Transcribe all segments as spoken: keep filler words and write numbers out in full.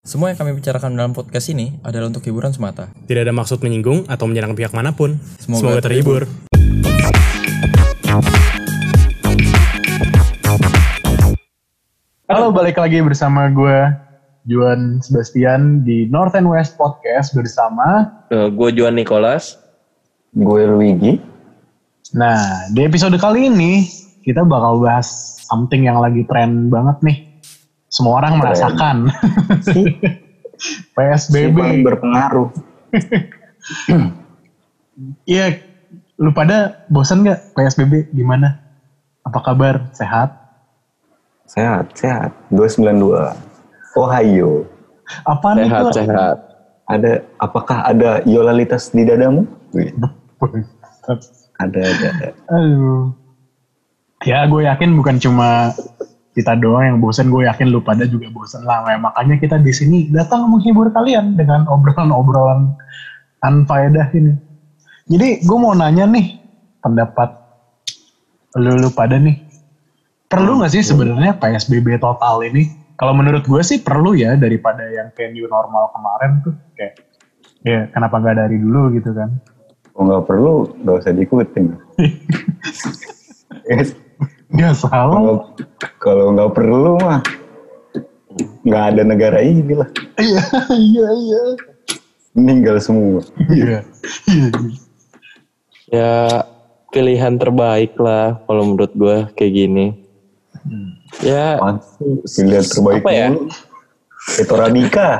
Semua yang kami bicarakan dalam podcast ini adalah untuk hiburan semata. Tidak ada maksud menyinggung atau menyerang pihak manapun. Semoga, Semoga terhibur. Halo, balik lagi bersama gue, Juan Sebastian di North and West Podcast bersama Uh, gue Juan Nicholas. Gue Luigi. Nah, di episode kali ini kita bakal bahas something yang lagi tren banget nih. Semua orang merasakan. P S B B. Si berpengaruh. Iya, lu pada bosan gak P S B B? Gimana? Apa kabar? Sehat? Sehat, sehat. dua sembilan dua. Ohio. Apaan Sehat, itu? sehat. Ada, apakah ada yolalitas di dadamu? Ada, ada, ada. Aduh. Ya, gue yakin bukan cuma kita doang yang bosan, gue yakin lu pada juga bosan lah. Makanya kita di sini datang menghibur kalian dengan obrolan-obrolan anfaedah ini. Jadi gue mau nanya nih, pendapat lu, lu pada nih, perlu nggak sih sebenarnya P S B B total ini? Kalau menurut gue sih perlu ya, daripada yang kayak new normal kemarin tuh, kayak ya kenapa nggak dari dulu gitu kan? Kalau nggak perlu, nggak usah diikutin. Nggak salah. Kalau- Kalau nggak perlu mah, nggak ada negara ini lah. Iya, iya, iya. Meninggal semua. Iya, iya. Ya pilihan terbaik lah kalau menurut gue kayak gini. Ya Masih pilihan terbaik Apa ya? dulu. Itu Radika.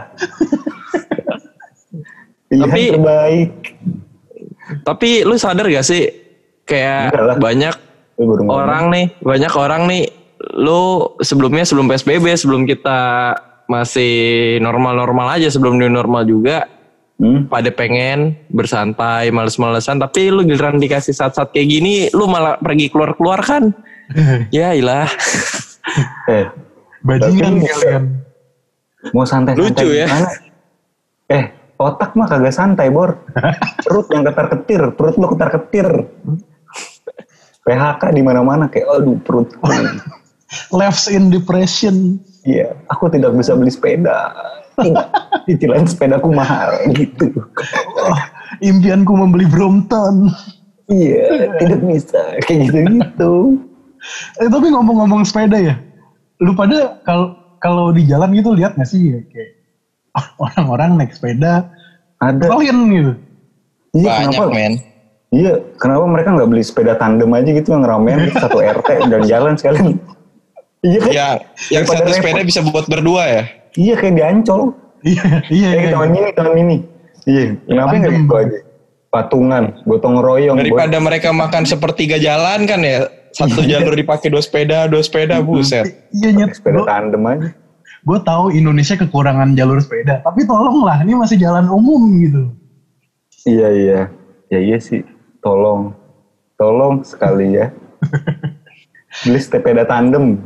Pilihan Tapi- terbaik. tapi lu sadar gak sih kayak Enggak lah. banyak Lu baru ngomong. orang nih, banyak orang nih, lu sebelumnya sebelum P S B B, sebelum kita masih normal-normal aja, sebelum new normal juga, Hmm? pada pengen bersantai, males-malesan, tapi lu giliran dikasih saat-saat kayak gini, lu malah pergi keluar-keluar kan? Ya ilah. Eh, Bajingan Tapi- kalian. mau santai-santai Lucu ya. gimana? Eh, otak mah kagak santai, Bor. Perut yang ketar-ketir, perut lu ketar-ketir. P H K di mana-mana kayak aduh perut. Lives in depression. Iya, aku tidak bisa beli sepeda. Cicilan sepedaku mahal gitu. Oh, impianku membeli Brompton. Iya, tidak bisa kayak gitu-gitu. Eh, tapi ngomong-ngomong sepeda ya, lu pada kalau kalau di jalan gitu lihat nggak sih ya, kayak orang-orang naik sepeda, Ada. kalian gitu. Iya, Banyak kenapa? men. Iya, kenapa mereka nggak beli sepeda tandem aja gitu yang ramean gitu, satu R T dan jalan sekalian. Iya kan? Ya, yang Daripada satu repot. sepeda bisa buat berdua ya. Iya kayak di Ancol. Iya, iya, Eh iya. tahun ini, tahun ini. Iya, kenapa nggak Tandem. gitu aja? Patungan, gotong royong. Daripada mereka makan sepertiga jalan kan ya, satu jalur dipakai dua sepeda, dua sepeda, buset. Iya buat nyet. sepeda Gue tandem aja. gue tahu Indonesia kekurangan jalur sepeda, tapi tolonglah, ini masih jalan umum gitu. Iya iya, ya iya sih. Tolong, tolong sekali ya. Beli sepeda tandem.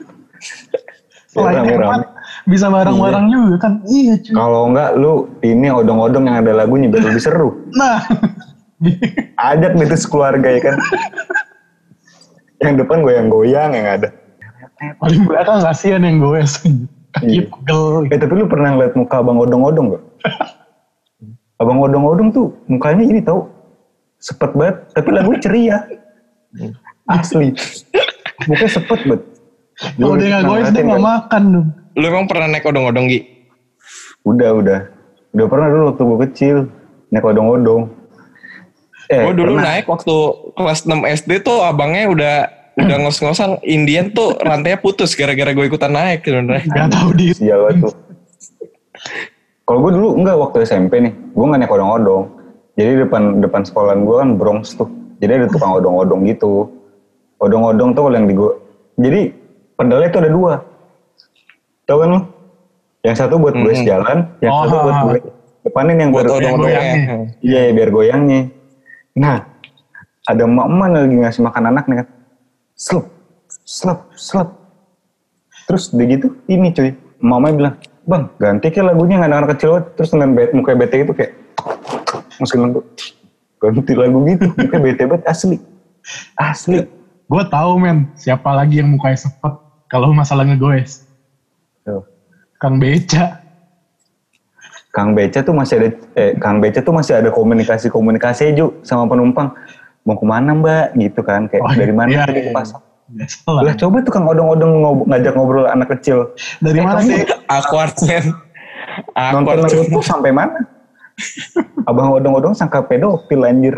Selain Rame-rame. hemat, bisa bareng-bareng juga kan. Iya cuy. Kalau enggak lu ini odong-odong yang ada lagunya biar lebih seru. Nah, Ajak deh tuh sekeluarga ya kan. Yang depan goyang-goyang yang ada. paling belakang kasihan yang goes. Kaki Iya. pegel. Eh tapi lu pernah ngeliat muka abang odong-odong gak? Abang odong-odong tuh mukanya ini tau sepet banget, tapi lagunya ceria. Asli. Mukanya sepet banget. Kalau dia nggak goes, dia nggak makan dong. Lu emang pernah naik odong-odong, Gi? Udah, udah. Udah pernah dulu waktu gue kecil. Naik odong-odong. Eh, Gue dulu pernah. naik waktu kelas enam S D tuh abangnya udah udah ngos-ngosan Indian tuh rantainya putus gara-gara gue ikutan naik sebenarnya. Gak tahu dia. Sial banget tuh. Kalau gue dulu enggak waktu S M P nih. Gue nggak naik odong-odong. Jadi depan depan sekolahan gue kan Bronx tuh. Jadi ada tukang odong-odong gitu. Odong-odong tuh kalau yang di gue. Jadi pedalnya tuh ada dua. Tahu kan lu? Yang satu buat gue Mm-hmm. jalan, yang Oh, satu buat ah, ah. gue depanin yang Buat buat odong-odongnya. Iya, ya, biar goyangnya. Nah, ada emak-emak lagi ngasih makan anak nih kan. Slep, slep, slep. Terus udah gitu, ini cuy. Mamanya bilang, bang, ganti ke lagunya nggak anak kecil banget. Terus dengan bet, muka bete itu kayak, masukin lagu. Ganti lagu gitu, muka bete banget asli. Asli. Gue tahu men, siapa lagi yang mukanya sepet kalau masalah ngegoes. Tuh. Kang Beca. Kang Beca tuh masih ada eh Kang Beca tuh masih ada komunikasi-komunikasi Ju sama penumpang. Mau kemana Mbak gitu kan kayak Oh, dari mana iya, tadi iya. ke pasar. Biasalah. Lah coba tuh Kang Odong-Odong ngob- ngajak ngobrol anak kecil. Dari Eh, mana kamu sih? Awkward man. Nonton Awkward. Naruto sampai mana? Abang Odong-Odong sangka pedofil anjir.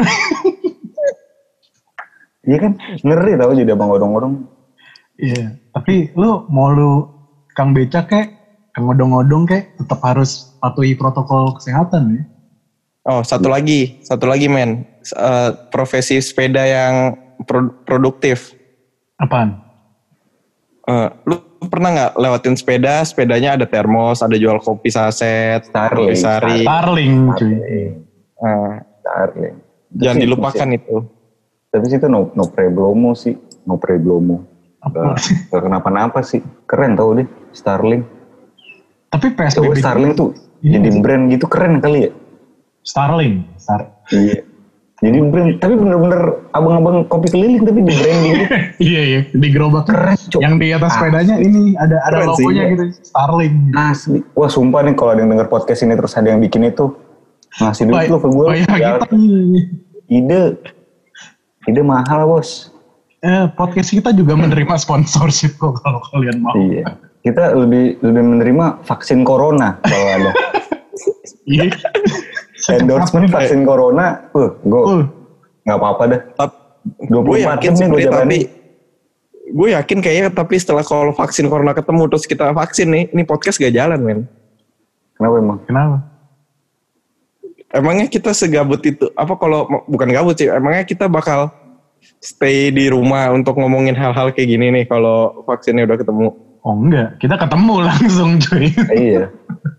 Iya kan ngeri tau jadi abang Odong-Odong. Iya, tapi lu mau lu Kang Beca kek, Kang Odong-Odong kek, tetap harus patuhi protokol kesehatan ya. Oh, satu lagi, satu lagi men. Eh, profesi sepeda yang pro- produktif. Apaan? Eh, lu pernah nggak lewatin sepeda? Sepedanya ada termos, ada jual kopi saset, Starling, kopi sari. Starling cuy. Starling. Eh, Starling. jangan Itu sih, dilupakan masih- itu. Tapi sih itu no, no problemo sih. No problemo. Apa? Gak, gak kenapa-napa sih. Keren tau deh Starling. Tapi P S B Coba B Starling tuh Iya jadi sih. brand gitu keren kali ya. Starling, Star. Iya. Jadi brand, tapi bener-bener abang-abang kopi keliling tapi di branding gitu. Iya iya, di gerobak Keren, Cuk. yang di atas sepedanya ini ada ada Keren sih, logonya iya. gitu, Starling. Asli. Wah sumpah nih kalau ada yang denger podcast ini terus ada yang bikin itu ngasih duit lu ke gue. Bayar Ya, kita nih. ide. Ide mahal bos. Eh, podcast kita juga menerima sponsorship kok kalau kalian mau. Iya. Kita lebih lebih menerima vaksin corona kalau ada. Iya. Endorsement vaksin corona. Uh, gue Uh, nggak apa-apa dah. Gue 24 yakin jam nih gue sebenarnya tapi jalanin. gue yakin kayaknya tapi setelah kalau vaksin corona ketemu terus kita vaksin nih, ini podcast gak jalan men. Kenapa emang? kenapa? Emangnya kita segabut itu apa kalau bukan gabut sih? Emangnya kita bakal stay di rumah untuk ngomongin hal-hal kayak gini nih kalau vaksinnya udah ketemu? Oh enggak, kita ketemu langsung cuy. Iya.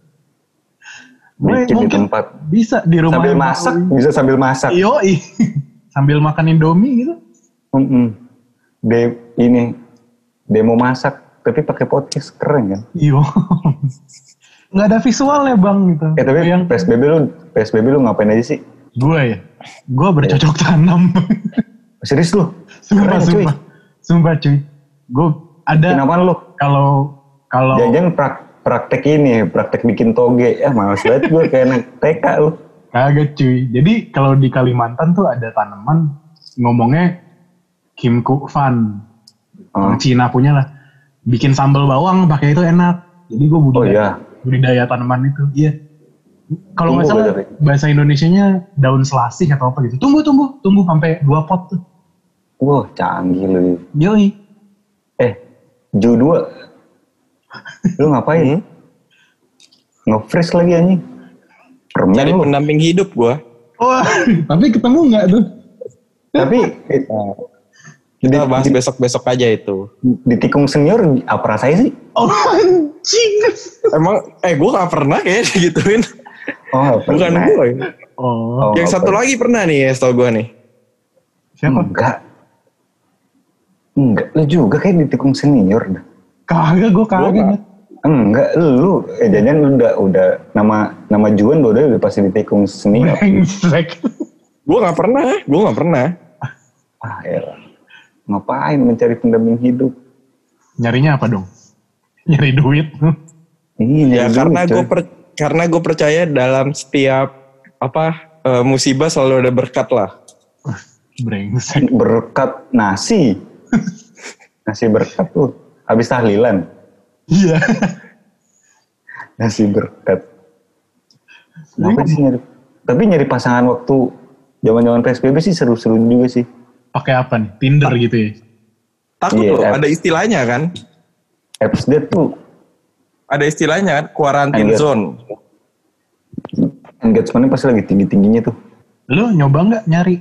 Gue Bikin di mungkin tempat. bisa di rumah Sambil yang masak, baru. bisa sambil masak. Yoi. Sambil makan Indomie gitu. Mm-mm. De, ini demo masak tapi pakai podcast keren kan? Iyo. Nggak ada visualnya bang gitu. Eh tapi yang P S B B lu P S B B lu ngapain aja sih? gue ya, gue bercocok tanam. Serius lu? Sumpah, Keren, cuy. sumpah, sumpah cuy. Gue ada Kenapa lu? kalau kalau Jangan prak, praktek ini, praktek bikin toge. Ya males banget gue kayak anak T K lu. kagak cuy. Jadi kalau di Kalimantan tuh ada tanaman ngomongnya Kim Ku Fan, Oh. orang Cina punya lah. Bikin sambal bawang pakai itu enak. Jadi gue Oh budidaya, iya. budidaya tanaman itu. Iya. Kalau nggak Tumbuh salah berarti. bahasa Indonesianya daun selasih atau apa gitu. Tumbuh tumbuh tumbuh sampai dua pot tuh. Wah canggih lu. Yoi. Eh, Ju dua. Lu ngapain? Nge-freeze lagi anjing. Permen Cari lu. pendamping hidup gue. Wah, tapi ketemu nggak tuh? Tapi eh, Kita Di- bahas di- besok-besok aja itu. di tikung senior apa rasanya sih? Oh anjing. Emang, eh gue gak pernah kayaknya digituin. Oh, Bukan pernah. gue. Oh, Oh, Yang satu pernah. lagi pernah nih, ya setau gue nih. siapa? Enggak. Enggak, lu juga kayak di tikung senior dah. Kagak, gue kagak. Gua Nat. Enggak, lu eh jangan lu udah udah nama nama Juan udah udah pasti di tikung senior. Brengsek. Gue gak pernah, gue gak pernah. Ah, elah. Ngapain mencari pendamping hidup? Nyarinya apa dong? Nyari duit. Iya, Ya nyari karena duit, gue coy. per, karena gue percaya dalam setiap apa eh, musibah selalu ada berkat lah. Brengsek. Berkat nasi. Nasi berkat tuh. Habis tahlilan. Iya. Nasi berkat. Kenapa sih nyari? Tapi nyari pasangan waktu zaman-zaman P S B B sih seru-seru juga sih. Pakai apa nih? Tinder gitu ya? Takut Iya, loh, eh. ada istilahnya kan? Apps dia tuh Ada istilahnya kan, quarantine Enggak. zone. engagementnya pasti lagi tinggi-tingginya tuh. Lu nyoba nggak nyari?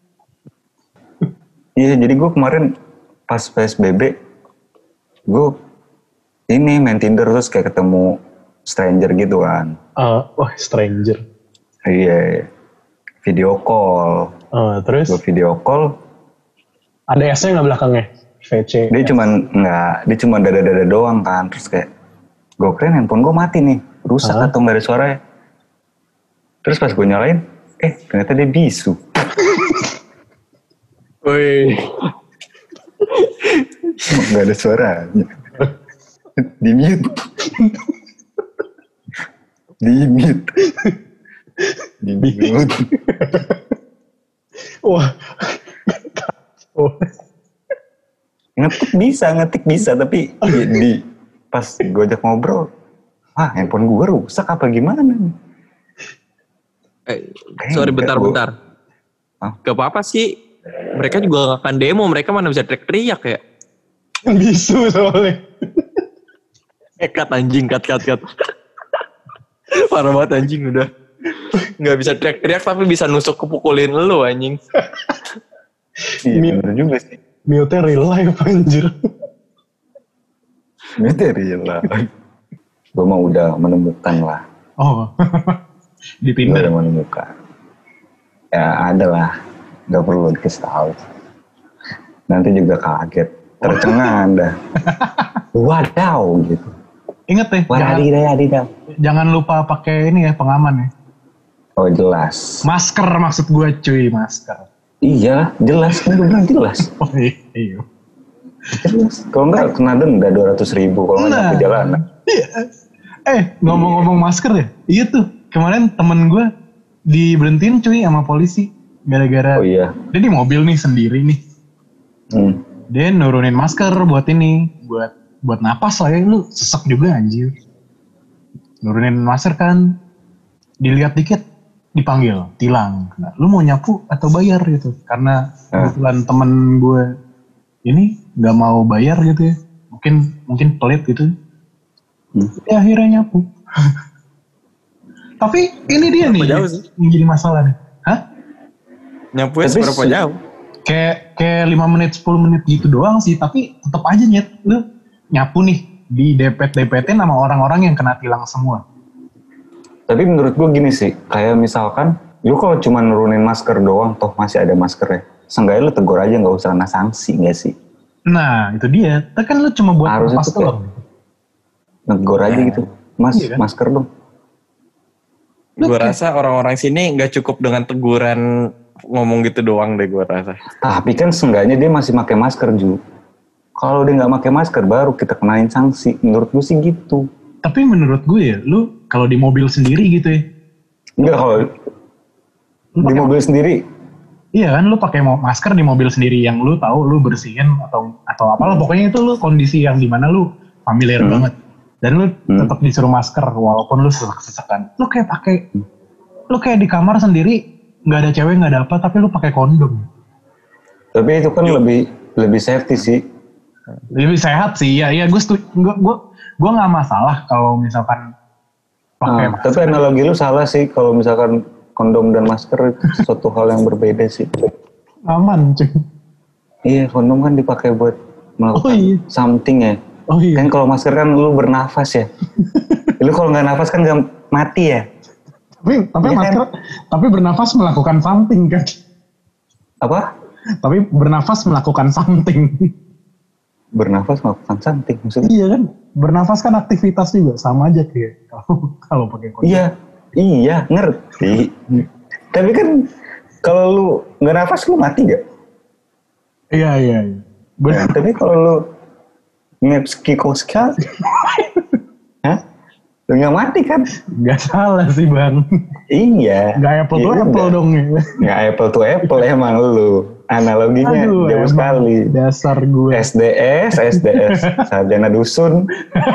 Iya, jadi gue kemarin pas P S B B, gue ini main Tinder terus kayak ketemu stranger gitu kan. Uh, wah, stranger. Iya, video call. Uh, terus Gue video call, ada S-nya nggak belakangnya? V C. dia cuman nggak, dia cuma dada-dada doang kan. Terus kayak, gue keren handphone gue mati nih, rusak Hah? atau nggak ada suaranya. Terus pas gue nyalain, eh ternyata dia bisu. Woi, Nggak ada suaranya. Di mute. Di mute. Di mute. Wah. Oh. Ngetik bisa, ngetik bisa, tapi di, di pas gue ajak ngobrol, ah handphone gue rusak apa gimana nih? Eh, sorry bentar-bentar. Hah? Gak apa-apa sih. Mereka juga gak akan demo. Mereka mana bisa teriak-teriak ya. Bisu soalnya. Eh cut anjing, cut, cut, cut. Parah banget anjing udah. Gak bisa teriak-teriak tapi bisa nusuk kepukulin lu anjing. Iya bener juga sih. Mute real life anjir. Materi lah. Gue mah udah menemukan lah. Oh. Di Gue Tinder. udah menemukan. Ya ada lah. Gak perlu dikasih tahu. Nanti juga kaget. Tercengang Anda. Wadaw gitu. Ingat deh, jangan, Wadadidaw, wadidaw. jangan lupa pakai ini ya pengaman ya. Oh jelas. Masker maksud gue cuy, masker. Iya jelas. Kan gue bilang jelas. Oh iya. Jelas. Kalau enggak kena denda dua ratus ribu. Kalau enggak Nah. nyampe jalanan. Iya. Eh ngomong-ngomong masker ya, iya tuh kemarin temen gue diberhentiin cuy sama polisi gara-gara Oh iya. dia di mobil nih sendiri nih, Hmm. dia nurunin masker buat ini, buat buat napas lah ya, lu sesek juga anjir. Nurunin masker kan, dilihat dikit dipanggil, tilang. Nah, lu mau nyapu atau bayar gitu? Karena kebetulan temen gue ini nggak mau bayar gitu ya, mungkin mungkin pelit gitu. Hmm. Ya akhirnya nyapu. Tapi ini dia Berapa nih jauh sih? yang jadi masalah nih. Hah? Nyampunya Tapi seberapa se- jauh? Kayak kayak lima menit sepuluh menit gitu doang sih, tapi tetap aja nyet lu nyapu nih di depet-depetin sama orang-orang yang kena tilang semua. Tapi menurut gue gini sih, kayak misalkan lu kalau cuma nurunin masker doang, toh masih ada maskernya. Seenggaknya lu tegur aja, nggak usah kena sanksi nggak sih? Nah itu dia, tapi kan lu cuma buat Harusnya lepas tuh kayak- doang. Negor aja Nah. gitu, mas Iya kan? masker dong. Gue rasa orang-orang sini gak cukup dengan teguran ngomong gitu doang deh gue rasa. Tapi kan seenggaknya dia masih pakai masker Ju. Kalau dia nggak pakai masker, baru kita kenain sanksi. Menurut gue sih gitu. Tapi menurut gue ya, lu kalau di mobil sendiri gitu ya, Enggak kalau lu di pakai- mobil sendiri, iya kan lu pakai mo- masker di mobil sendiri yang lu tahu lu bersihin atau atau apalah, pokoknya itu lu kondisi yang dimana lu familiar Hmm. banget dan lu Hmm. tetap disuruh masker walaupun lu sesek-sesekan. Lu kayak pakai, lu kayak di kamar sendiri nggak ada cewek nggak ada apa tapi lu pakai kondom. tapi itu kan lebih lebih safety sih. Lebih sehat sih, ya ya gue gue gue gue nggak masalah kalau misalkan pakai Nah, tapi analogi lu salah sih kalau misalkan kondom dan masker itu suatu hal yang berbeda sih. aman cuy. Iya, kondom kan dipakai buat melakukan Oh iya. something ya. Oh iya. Kan kalau masker kan lu bernafas ya. Lu kalau nggak nafas kan nggak mati ya. Tapi tapi Iya kan? masker tapi bernafas melakukan something kan. Apa? Tapi bernafas melakukan something. Bernafas melakukan something maksudnya. Iya kan, bernafas kan aktivitas juga, sama aja kayak kalau kalau pakai kondom. Iya, iya ngerti. Tapi kan kalau lu nggak nafas lu mati gak? Iya iya. iya. Nah, Benar. tapi kalau lu ngepskikoska, hah? Lu nggak mati kan? Gak salah sih bang. Iya. Gak apple to Ya apple udah. dong ya. Nggak apple to apple emang lu. Analoginya Aduh, jauh emang sekali. dasar gue. S D S, S D S, sarjana dusun.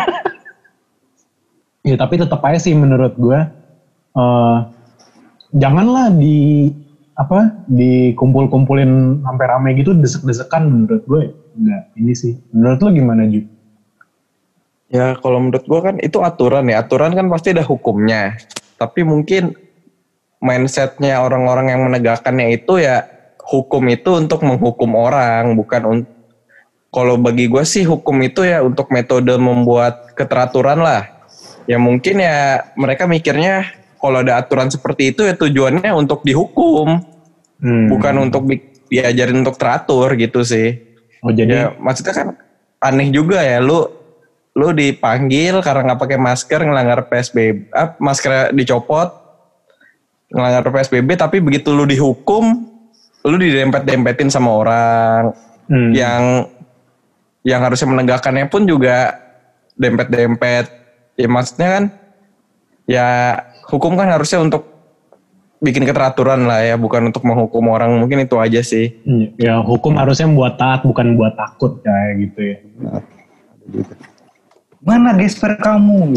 Ya tapi tetap aja sih menurut gue, eh, janganlah di apa dikumpul-kumpulin sampai rame gitu, desek-desekan menurut gue. Enggak, ini sih. Menurut lu gimana Ju? Ya kalau menurut gue kan itu aturan ya. Aturan kan pasti ada hukumnya. Tapi mungkin mindsetnya orang-orang yang menegakkannya itu ya hukum itu untuk menghukum orang. Bukan untuk, kalau bagi gue sih hukum itu ya untuk metode membuat keteraturan lah. Ya mungkin ya mereka mikirnya kalau ada aturan seperti itu ya tujuannya untuk dihukum. Hmm. Bukan untuk di- diajarin untuk teratur gitu sih. Oh jadi Ya maksudnya kan aneh juga ya lu lu dipanggil karena nggak pakai masker, ngelanggar P S B B, ah, masker dicopot, ngelanggar P S B B, tapi begitu lu dihukum, lu didempet-dempetin sama orang hmm. yang yang harusnya menegakkannya pun juga dempet-dempet. Ya maksudnya kan Ya hukum kan harusnya untuk bikin keteraturan lah ya, bukan untuk menghukum orang. Mungkin itu aja sih. Ya hukum harusnya buat taat bukan buat takut kayak gitu ya. Nah, gitu. Mana gesper kamu?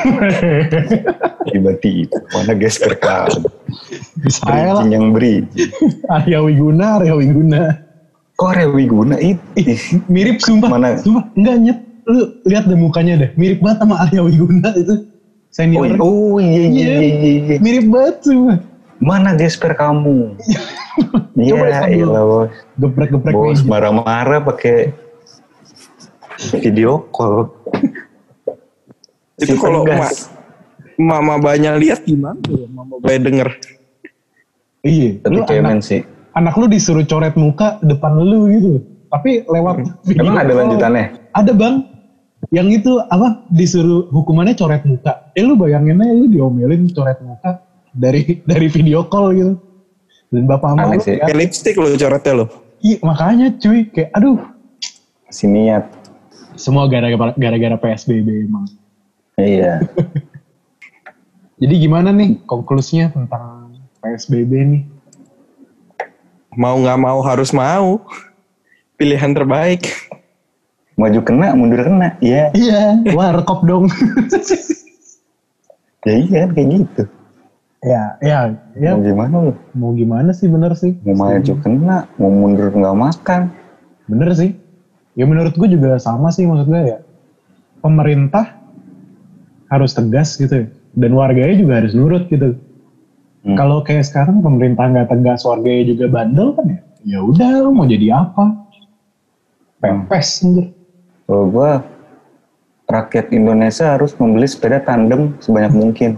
Tiba-tiba mana gesper kamu? Saya lah. Bridging yang beri. Arya Wiguna, Arya Wiguna. Kok Arya Wiguna itu? Mirip sumpah. Mana? Sumpah enggak nyet. Lu lihat deh mukanya deh. Mirip banget sama Arya Wiguna itu. Senior. Oh, oh iya iya iya iya. Mirip banget sumpah. Mana gesper kamu? Iya, iya bos. Geprek-geprek Bos meja. marah-marah pakai video call. Itu kalau ma mama banyak lihat gimana ya? Mama banyak denger. Iya. Tapi Lu kemen anak, sih. anak lu disuruh coret muka depan lu gitu. Tapi lewat video Emang ada call. lanjutannya? Ada bang. Yang itu apa disuruh hukumannya coret muka. Eh lu bayangin aja lu diomelin coret muka dari dari video call gitu. Dan bapak sama Aneh lu sih. ya. Kayak lipstick lo coretnya lo. Iya makanya cuy kayak aduh. Si niat. Semua gara-gara gara-gara P S B B emang. Iya. Jadi gimana nih konklusinya tentang P S B B nih? Mau nggak mau harus mau. Pilihan terbaik. Maju kena, mundur kena. Iya. Iya, warkop dong. Ya iya kayak gitu. ya, ya, ya. Mau gimana lu? Mau gimana sih bener sih? Mau maju kena, mau mundur nggak makan. Bener sih. Ya menurut gue juga sama sih maksud gue ya. Pemerintah harus tegas gitu ya. Dan warganya juga harus nurut gitu. Hmm. Kalau kayak sekarang pemerintah nggak tegas, warganya juga bandel kan ya. Ya udah, lu mau jadi apa? Pempes anjir. Kalau gue, rakyat Indonesia harus membeli sepeda tandem sebanyak mungkin.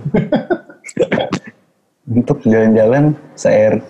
Untuk jalan-jalan se-R T.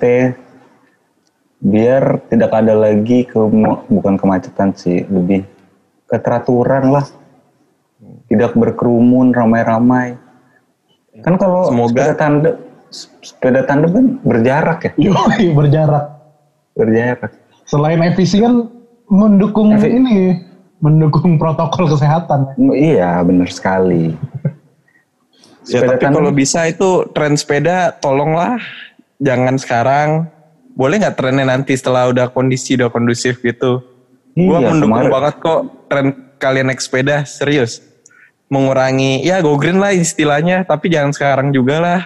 Biar tidak ada lagi, ke, bukan kemacetan sih, lebih keteraturan lah. Tidak berkerumun, ramai-ramai. Kan kalau Semoga. sepeda tandem, sepeda tandem kan berjarak ya? Yoi, berjarak. Berjarak. Selain efisien, mendukung Efi- ini, mendukung protokol kesehatan. Iya, benar sekali. Ya, Sepeda tapi tandem. kalau bisa itu tren sepeda tolonglah jangan sekarang. Boleh nggak trennya nanti setelah udah kondisi udah kondusif gitu? Gua Iya, mendukung kemarin. banget kok tren kalian naik sepeda, serius. Mengurangi ya go green lah istilahnya, tapi jangan sekarang juga lah.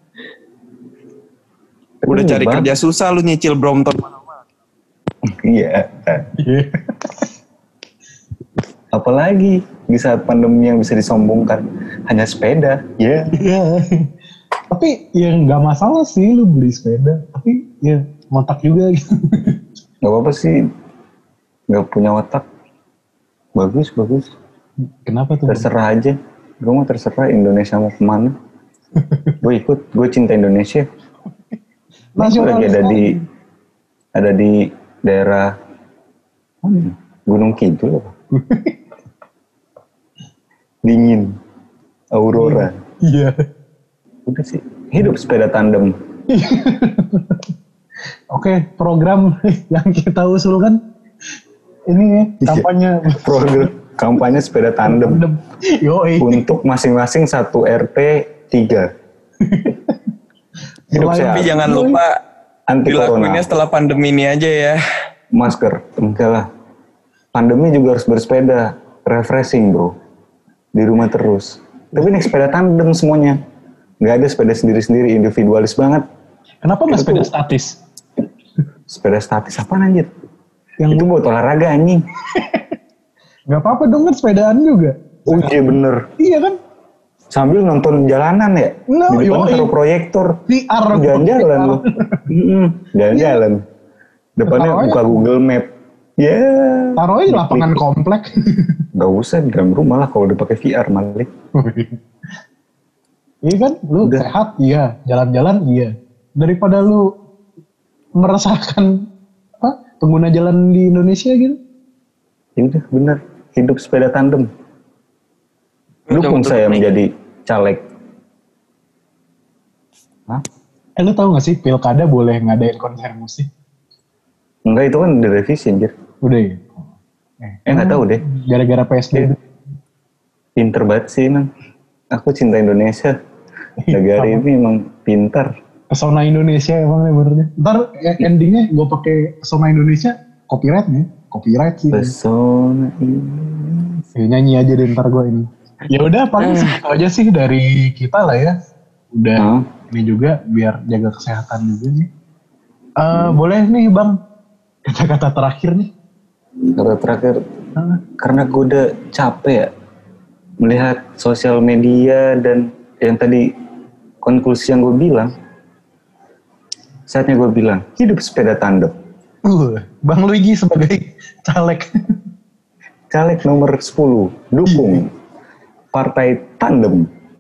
Tapi Udah iya, cari Bang. kerja susah lu nyicil Brompton. Iya. Iya. Apalagi di saat pandemi yang bisa disombongkan hanya sepeda. Iya. Iya. Tapi ya nggak masalah sih lu beli sepeda. Tapi ya ngotak juga gitu. Gak apa-apa sih. Gak punya otak. Bagus, bagus. Kenapa tuh? Terserah aja. Gue mau terserah Indonesia mau kemana. Gue ikut. Gue cinta Indonesia. Gue lagi ada di ada di daerah hmm, Gunung Kidul. Dingin. Aurora. Iya. Udah sih. Hidup sepeda tandem. Oke, program yang kita usulkan ini ya, kampanye Program kampanye sepeda tandem. Yoi. Untuk masing-masing satu R T tiga. Hidup Selain- sehat. Tapi jangan lupa Anti dilakuinnya corona. setelah pandemi ini aja ya. Masker. Enggak lah. Pandemi juga harus bersepeda. Refreshing bro. Di rumah terus. Tapi naik sepeda tandem semuanya. Nggak ada sepeda sendiri-sendiri. Individualis banget. Kenapa nggak Itu sepeda tuh. statis? Sepeda statis apa anjir? Yang Itu buat olahraga anjing. nggak apa-apa dong kan sepedaan juga. Oh iya bener. Iya kan? Sambil nonton jalanan ya. No, Di depan yoi. taruh proyektor. V R. Jalan-jalan V R. loh. Mm-mm, Jalan-jalan. Depannya Taruh aja. buka Google Map. Ya. Taruh aja di lapangan komplek. Gak usah di dalam rumah lah kalau udah pakai V R Malik. Iya kan? Lu Udah. sehat, iya. Jalan-jalan, iya. Daripada lu meresahkan apa, pengguna jalan di Indonesia gitu. Ya udah bener. Hidup sepeda tandem. Dukung Betul, saya betul. menjadi caleg. Hah? Eh lu tahu gak sih pilkada boleh ngadain konser musik? Enggak itu kan udah revisi anjir. Udah ya? Eh nggak tahu deh. Gara-gara P S B B. Pinter banget sih man. Aku cinta Indonesia. Negara ini emang pintar. Pesona Indonesia emang nih benernya. Ntar eh, endingnya gue pakai pesona Indonesia, copyright nih, copyright sih. Pesona ini. Ya, nyanyi aja deh ntar gue ini. Ya udah paling segitu aja sih dari kita lah ya. Udah Hmm. ini juga biar jaga kesehatan juga nih. Eh boleh nih Bang kata-kata terakhir nih. Kata terakhir, Hah? karena gue udah capek ya melihat sosial media dan yang tadi konklusi yang gue bilang, saatnya gue bilang hidup sepeda tandem. Uh, Bang Luigi sebagai caleg. Caleg nomor sepuluh, dukung partai tandem.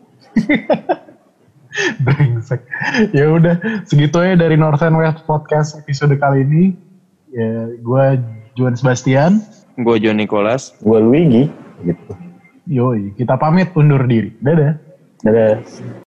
Brengsek. Ya udah segitu aja dari North and West Podcast episode kali ini. Ya gue Juan Sebastian. Gue John Nicholas. Gue Luigi gitu. Yoi, kita pamit undur diri. Dadah. Dadah.